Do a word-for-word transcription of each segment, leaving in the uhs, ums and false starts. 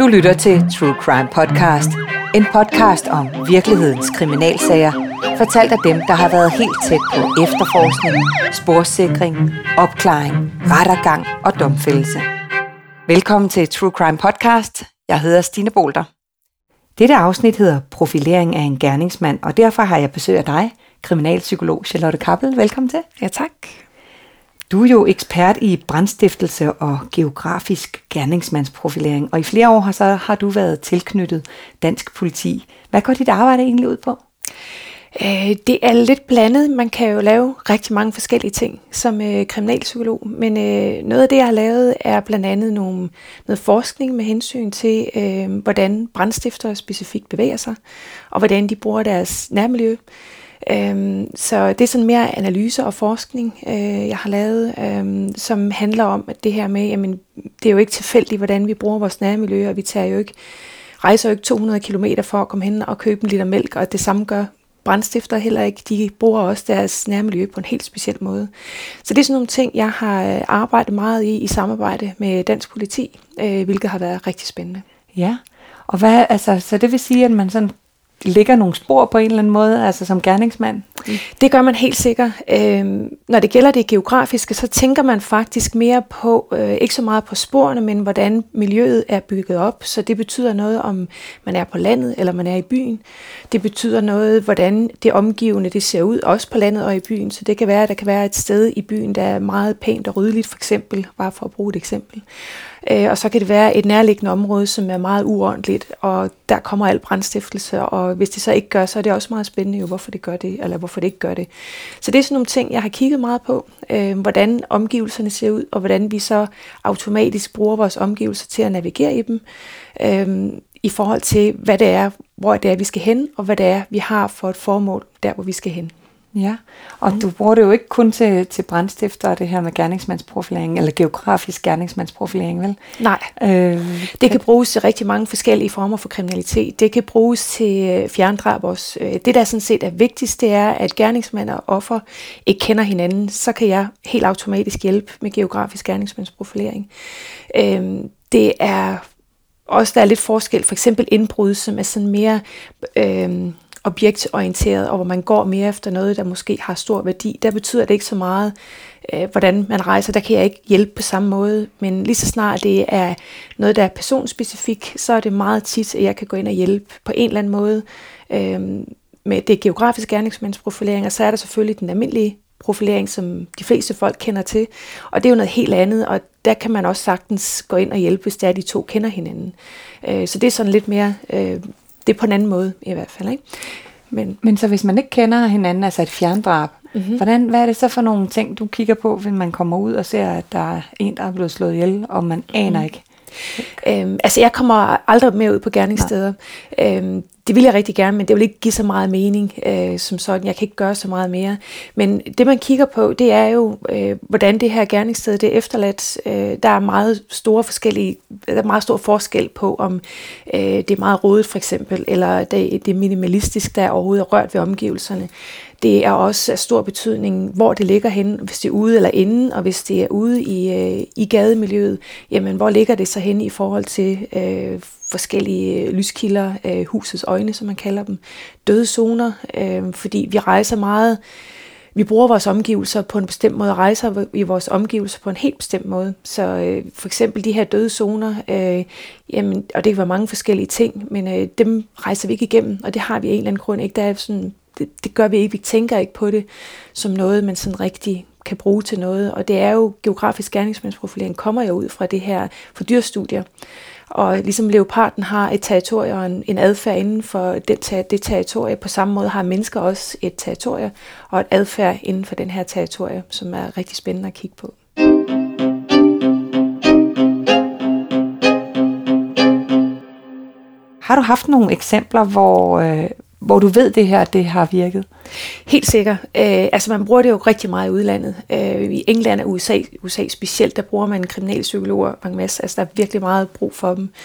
lytter til True Crime Podcast, en podcast om virkelighedens kriminalsager, fortalt af dem, der har været helt tæt på efterforskning, sporsikring, opklaring, rettergang og domfældelse. Velkommen til True Crime Podcast. Jeg hedder Stine Bolter. Dette afsnit hedder Profilering af en gerningsmand, og derfor har jeg besøg af dig, kriminalpsykolog Charlotte Kappel. Velkommen til. Ja, tak. Du er jo ekspert i brandstiftelse og geografisk gerningsmandsprofilering, og i flere år har, så har du været tilknyttet dansk politi. Hvad går dit arbejde egentlig ud på? Øh, det er lidt blandet. Man kan jo lave rigtig mange forskellige ting som øh, kriminalpsykolog, men øh, noget af det, jeg har lavet, er blandt andet nogle, noget forskning med hensyn til, øh, hvordan brandstiftere specifikt bevæger sig, og hvordan de bruger deres nærmiljø. Øhm, så det er sådan mere analyse og forskning, øh, jeg har lavet, øh, som handler om, at det her med, jamen, det er jo ikke tilfældigt, hvordan vi bruger vores nærmiljø, og vi tager jo ikke, rejser jo ikke to hundrede kilometer for at komme hen og købe en liter mælk, og det samme gør brandstifter heller ikke. De bruger også deres nærmiljø på en helt speciel måde. Så det er sådan nogle ting, jeg har arbejdet meget i, i samarbejde med dansk politi, øh, hvilket har været rigtig spændende. Ja, og hvad, altså, så det vil sige, at man sådan ligger nogle spor på en eller anden måde, altså som gerningsmand? Det gør man helt sikkert. Øhm, når det gælder det geografiske, så tænker man faktisk mere på, øh, ikke så meget på sporene, men hvordan miljøet er bygget op. Så det betyder noget, om man er på landet eller man er i byen. Det betyder noget, hvordan det omgivende det ser ud, også på landet og i byen. Så det kan være, at der kan være et sted i byen, der er meget pænt og ryddeligt, for eksempel, bare for at bruge et eksempel. Øh, og så kan det være et nærliggende område, som er meget uordentligt, og der kommer al brandstiftelse, og hvis det så ikke gør, så er det også meget spændende, jo, hvorfor det gør det, eller hvorfor det ikke gør det. Så det er sådan nogle ting, jeg har kigget meget på, øh, hvordan omgivelserne ser ud, og hvordan vi så automatisk bruger vores omgivelser til at navigere i dem, øh, i forhold til, hvad det er, hvor det er, vi skal hen, og hvad det er, vi har for et formål, der hvor vi skal hen. Ja, og mm. du bruger det jo ikke kun til, til brandstifter, det her med gerningsmandsprofilering, eller geografisk gerningsmandsprofilering, vel? Nej, øh, det kan bruges til rigtig mange forskellige former for kriminalitet. Det kan bruges til fjerndrab også. Det, der sådan set er vigtigst, det er, at gerningsmand og offer ikke kender hinanden. Så kan jeg helt automatisk hjælpe med geografisk gerningsmandsprofilering. Øh, det er også, der er lidt forskel, for eksempel indbrud, som er sådan mere Øh, objektorienteret, og hvor man går mere efter noget, der måske har stor værdi. Der betyder det ikke så meget, øh, hvordan man rejser. Der kan jeg ikke hjælpe på samme måde, men lige så snart det er noget, der er personspecifik, så er det meget tit, at jeg kan gå ind og hjælpe på en eller anden måde øh, med det geografiske gerningsmandsprofilering, og så er der selvfølgelig den almindelige profilering, som de fleste folk kender til, og det er jo noget helt andet, og der kan man også sagtens gå ind og hjælpe, hvis det er, de to kender hinanden. Øh, så det er sådan lidt mere øh, det er på en anden måde i hvert fald, ikke? Men, Men så hvis man ikke kender hinanden, altså et fjerndrab, mm-hmm. hvordan, hvad er det så for nogle ting, du kigger på, hvis man kommer ud og ser, at der er en, der er blevet slået ihjel, og man aner ikke? Øhm, altså, jeg kommer aldrig med ud på gerningssteder. Øhm, det vil jeg rigtig gerne, men det vil ikke give så meget mening øh, som sådan. Jeg kan ikke gøre så meget mere. Men det, man kigger på, det er jo, øh, hvordan det her gerningssted det er efterladt. Øh, der er meget store forskellige, der er meget stor forskel på, om øh, det er meget rodet for eksempel, eller det, det er minimalistisk, der er overhovedet rørt ved omgivelserne. Det er også af stor betydning, hvor det ligger henne, hvis det er ude eller inde, og hvis det er ude i, øh, i gademiljøet, jamen hvor ligger det så henne i forhold til øh, forskellige lyskilder, øh, husets øjne, som man kalder dem, døde zoner, øh, fordi vi rejser meget, vi bruger vores omgivelser på en bestemt måde, rejser i vores omgivelser på en helt bestemt måde. Så øh, for eksempel de her døde zoner, øh, jamen, og det kan være mange forskellige ting, men øh, dem rejser vi ikke igennem, og det har vi af en eller anden grund ikke. Der er sådan, det, det gør vi ikke, vi tænker ikke på det som noget, man sådan rigtig kan bruge til noget, og det er jo geografisk gerningsmandsprofilering kommer jo ud fra det her for dyrstudier. Og ligesom leoparden har et territorium og en, en adfærd inden for det, det territorie, på samme måde har mennesker også et territorium og et adfærd inden for den her territorie, som er rigtig spændende at kigge på. Har du haft nogle eksempler, hvor, øh, hvor du ved det her, det har virket? Helt sikkert. Øh, altså man bruger det jo rigtig meget i udlandet. Øh, I England og U S A, U S A specielt, der bruger man kriminalpsykologer en masse. Altså der er virkelig meget brug for dem.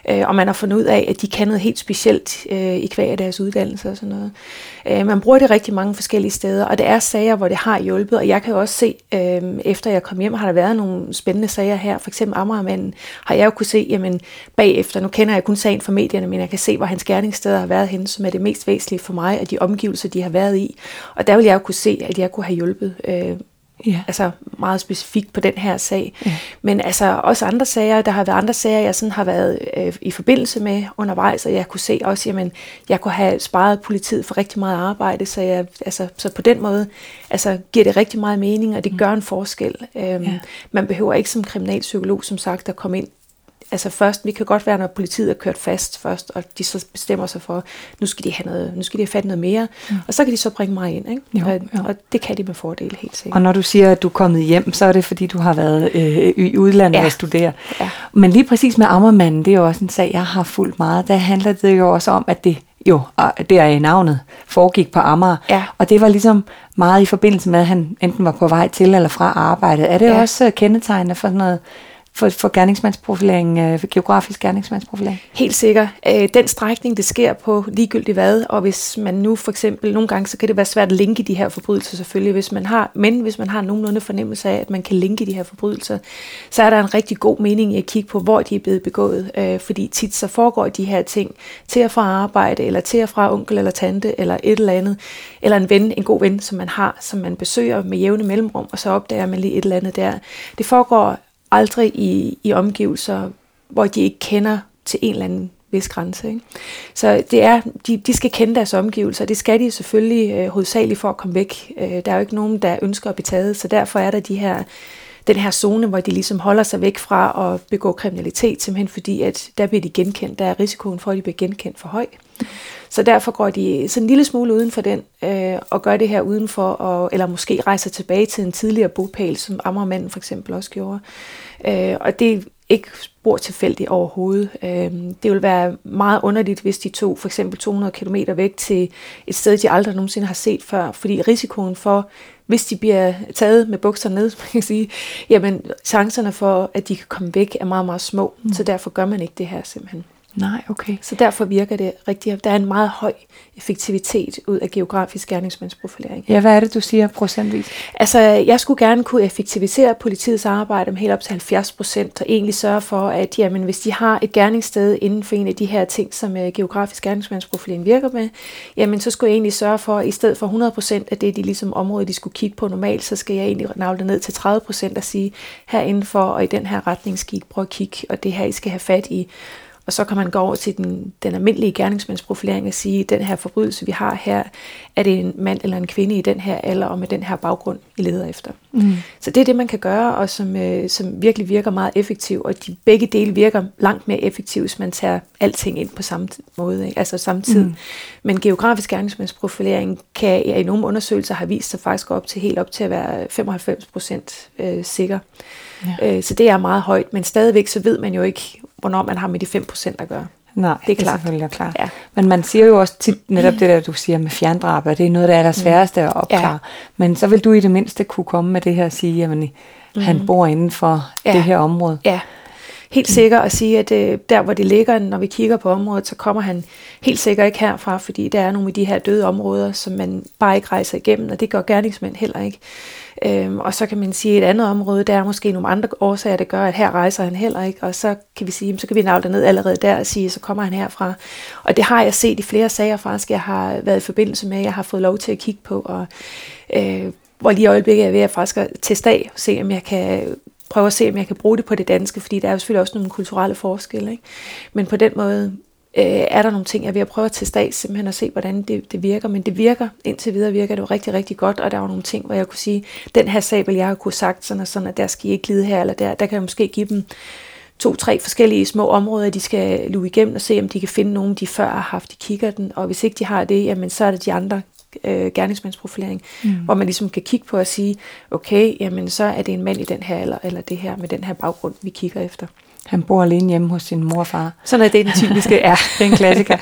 øh, og man har fundet ud af, at de kan noget helt specielt øh, i kvæg af deres uddannelse og sådan noget. Øh, man bruger det rigtig mange forskellige steder, og det er sager, hvor det har hjulpet, og jeg kan jo også se, øh, efter jeg kom hjem, har der været nogle spændende sager her, for eksempel Amagermanden, har jeg jo kunne se, jamen bagefter, nu kender jeg kun sagen fra medierne, men jeg kan se, hvor hans gerningssteder har været henne, som er det mest væsentlige for mig, og de omgivelser, de har været i, og der vil jeg jo kunne se, at jeg kunne have hjulpet øh, Ja. Altså meget specifikt på den her sag. Ja. Men altså også andre sager, der har været andre sager, jeg sådan har været øh, i forbindelse med undervejs, og jeg kunne se også, jamen, jeg kunne have sparet politiet for rigtig meget arbejde, så, jeg, altså, så på den måde altså, giver det rigtig meget mening, og det mm. gør en forskel. Øhm, ja. Man behøver ikke som kriminalpsykolog, som sagt, at komme ind. Altså først, vi kan godt være, når politiet er kørt fast først, og de så bestemmer sig for, nu skal de have noget, nu skal de have fat noget mere, mm. og så kan de så bringe mig ind, ikke? Jo, og, jo. og det kan de med fordel, helt sikkert. Og når du siger, at du er kommet hjem, så er det, fordi du har været øh, i udlandet ja. og studere. Ja. Men lige præcis med Amagermanden, det er jo også en sag, jeg har fulgt meget. Der handler det jo også om, at det jo, der er i navnet, foregik på Amager. Ja. Og det var ligesom meget i forbindelse med, at han enten var på vej til eller fra arbejdet. Er det ja. også kendetegnende for sådan noget, For, for gerningsmandsprofilering, øh, for geografisk gerningsmandsprofilering? Helt sikkert. Øh, den strækning, det sker på ligegyldigt hvad, og hvis man nu for eksempel, nogle gange, så kan det være svært at linke de her forbrydelser selvfølgelig, hvis man har, men hvis man har nogenlunde fornemmelse af, at man kan linke de her forbrydelser, så er der en rigtig god mening i at kigge på, hvor de er blevet begået, øh, fordi tit så foregår de her ting til og fra arbejde, eller til og fra onkel eller tante, eller et eller andet, eller en ven, en god ven, som man har, som man besøger med jævne mellemrum, og så opdager man lige et eller andet der. Det foregår aldrig i, i omgivelser, hvor de ikke kender til en eller anden vis grænse. Ikke? Så det er, de, de skal kende deres omgivelser, det skal de selvfølgelig øh, hovedsageligt for at komme væk. Øh, der er jo ikke nogen, der ønsker at blive taget, så derfor er der de her, den her zone, hvor de ligesom holder sig væk fra at begå kriminalitet, simpelthen fordi, at der bliver de genkendt, der er risikoen for, at de bliver genkendt for høj. Så derfor går de sådan en lille smule uden for den, øh, og gør det her uden for, at, eller måske rejser tilbage til en tidligere bopæl, som Amagermanden for eksempel også gjorde. Øh, og det er ikke spor tilfældigt overhovedet. Øh, det vil være meget underligt, hvis de tog for eksempel to hundrede kilometer væk til et sted, de aldrig nogensinde har set før, fordi risikoen for, hvis de bliver taget med bukserne ned, man kan sige, jamen chancerne for, at de kan komme væk, er meget, meget små. Mm. Så derfor gør man ikke det her simpelthen. Nej, okay. Så derfor virker det rigtigt. Der er en meget høj effektivitet ud af geografisk gerningsmandsprofilering. Ja, hvad er det, du siger procentvis? Altså, jeg skulle gerne kunne effektivisere politiets arbejde med helt op til halvfjerds procent, og egentlig sørge for, at jamen, hvis de har et gerningssted inden for en af de her ting, som uh, geografisk gerningsmandsprofilering virker med, jamen, så skulle jeg egentlig sørge for, at i stedet for hundrede procent af det, de ligesom område, de skulle kigge på normalt, så skal jeg egentlig navle det ned til tredive procent og sige, herindenfor og i den her retning skal I prøve at kigge, og det her, I skal have fat i. Og så kan man gå over til den, den almindelige gerningsmandsprofilering og sige, at den her forbrydelse, vi har her, er det en mand eller en kvinde i den her alder og med den her baggrund, I leder efter. Mm. Så det er det, man kan gøre, og som, øh, som virkelig virker meget effektivt. Og de begge dele virker langt mere effektivt, hvis man tager alting ind på samme måde, ikke? Altså samme tid. Mm. Men geografisk gerningsmandsprofilering kan ja, i nogle undersøgelser have vist sig faktisk op til helt op til at være femoghalvfems procent øh, sikker. Ja. Øh, så det er meget højt, men stadigvæk så ved man jo ikke, hvornår man har med de fem procent at gøre. Nej, det er, det er selvfølgelig klart. Ja. Men man siger jo også tit netop det der, du siger med fjerndrab, og det er noget, der er det sværeste at opklare. Ja. Men så vil du i det mindste kunne komme med det her og sige, at mm. han bor inden for ja. det her område. Ja, helt sikkert at sige, at øh, der hvor det ligger, når vi kigger på området, så kommer han helt sikkert ikke herfra, fordi der er nogle af de her døde områder, som man bare ikke rejser igennem, og det gør gerningsmænd heller ikke. Øhm, og så kan man sige, at et andet område, der er måske nogle andre årsager, der gør, at her rejser han heller ikke, og så kan vi sige, så kan vi navle ned allerede der og sige, så kommer han herfra. Og det har jeg set i flere sager faktisk, jeg har været i forbindelse med, jeg har fået lov til at kigge på, og øh, hvor lige i øjeblikket er jeg ved at faktisk teste af, se om jeg kan prøve at se, om jeg kan bruge det på det danske, fordi der er jo selvfølgelig også nogle kulturelle forskelle, ikke? Men på den måde øh, er der nogle ting, jeg er ved at prøve at teste af, simpelthen at se, hvordan det, det virker. Men det virker, indtil videre virker det jo rigtig, rigtig godt, og der var nogle ting, hvor jeg kunne sige, den her sag vil jeg have kunne sagt sådan og sådan, at der skal I ikke glide her, eller der, der kan jeg måske give dem to-tre forskellige små områder, de skal luge igennem og se, om de kan finde nogen, de før har haft i kikkerten, og hvis ikke de har det, jamen så er det de andre øh, gerningsmandsprofilering, mm. hvor man ligesom kan kigge på og sige, okay, jamen så er det en mand i den her eller, eller det her med den her baggrund, vi kigger efter. Han bor alene hjemme hos sin mor og far. Sådan er det den typiske, ja, det er en klassiker.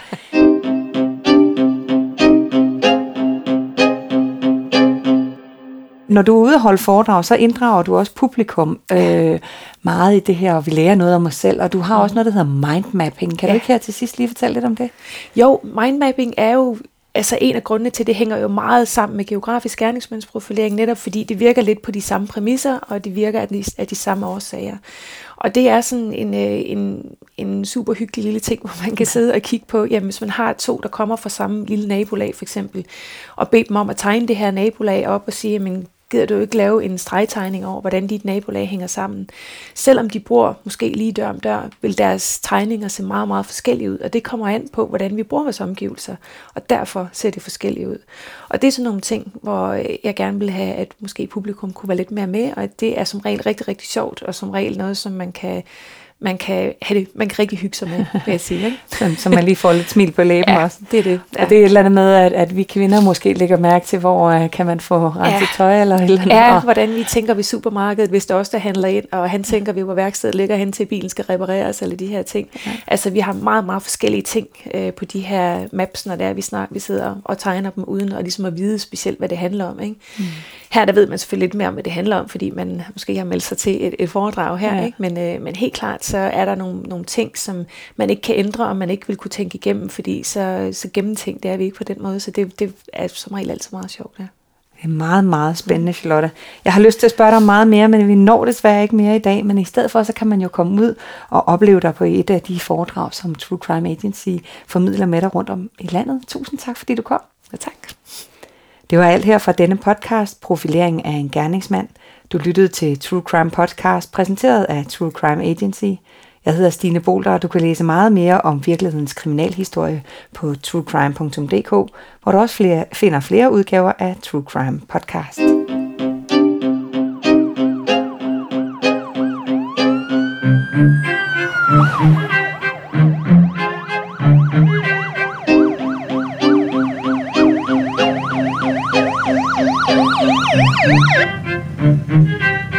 når du er ude og holde foredrag, så inddrager du også publikum øh, meget i det her, og vi lærer noget om os selv, og du har også noget, der hedder mindmapping. Kan ja. du ikke her til sidst lige fortælle lidt om det? Jo, mindmapping er jo altså en af grundene til, det hænger jo meget sammen med geografisk gerningsmandsprofilering, netop fordi det virker lidt på de samme præmisser, og det virker af de, af de samme årsager. Og det er sådan en, en, en super hyggelig lille ting, hvor man kan sidde og kigge på, jamen hvis man har to, der kommer fra samme lille nabolag for eksempel, og bede dem om at tegne det her nabolag op og sige, jamen gider du ikke lave en stregtegning over, hvordan dit nabolag hænger sammen. Selvom de bor måske lige dør om dør, vil deres tegninger se meget, meget forskellige ud, og det kommer an på, hvordan vi bruger vores omgivelser, og derfor ser det forskelligt ud. Og det er sådan nogle ting, hvor jeg gerne vil have, at måske publikum kunne være lidt mere med, og det er som regel rigtig, rigtig sjovt, og som regel noget, som man kan man kan have det, man kan rigtig hygge sig med, vil jeg sige. Ikke? Så, så man lige får lidt smil på læben ja, også. det er det. Ja. Og det er et eller andet med, at, at vi kvinder måske lægger mærke til, hvor uh, kan man få renset ja. tøj eller et eller andet. Ja, hvordan vi tænker ved supermarkedet, hvis der også der handler ind, og han tænker, vi på værkstedet ligger hen til bilen skal repareres, eller de her ting. Ja. Altså, vi har meget, meget forskellige ting øh, på de her maps, når det er, vi, snak, vi sidder og tegner dem uden, og ligesom at vide specielt, hvad det handler om. Ikke? Mm. Her der ved man selvfølgelig lidt mere om, hvad det handler om, fordi man måske har meldt sig til et, et foredrag her, ja. ikke? Men, øh, men helt klart, så er der nogle, nogle ting, som man ikke kan ændre, og man ikke vil kunne tænke igennem, fordi så, så gennemtænkt det er vi ikke på den måde, så det, det er som regel altid meget sjovt. Ja. Det er meget, meget spændende, Charlotte. Jeg har lyst til at spørge dig om meget mere, men vi når desværre ikke mere i dag, men i stedet for, så kan man jo komme ud og opleve dig på et af de foredrag, som True Crime Agency formidler med dig rundt om i landet. Tusind tak, fordi du kom. Ja, tak. Det var alt her fra denne podcast, Profilering af en gerningsmand. Du lyttede til True Crime Podcast, præsenteret af True Crime Agency. Jeg hedder Stine Bolter, og du kan læse meget mere om virkelighedens kriminalhistorie på true crime punktum d k, hvor du også flere, finder flere udgaver af True Crime Podcast. Thank you.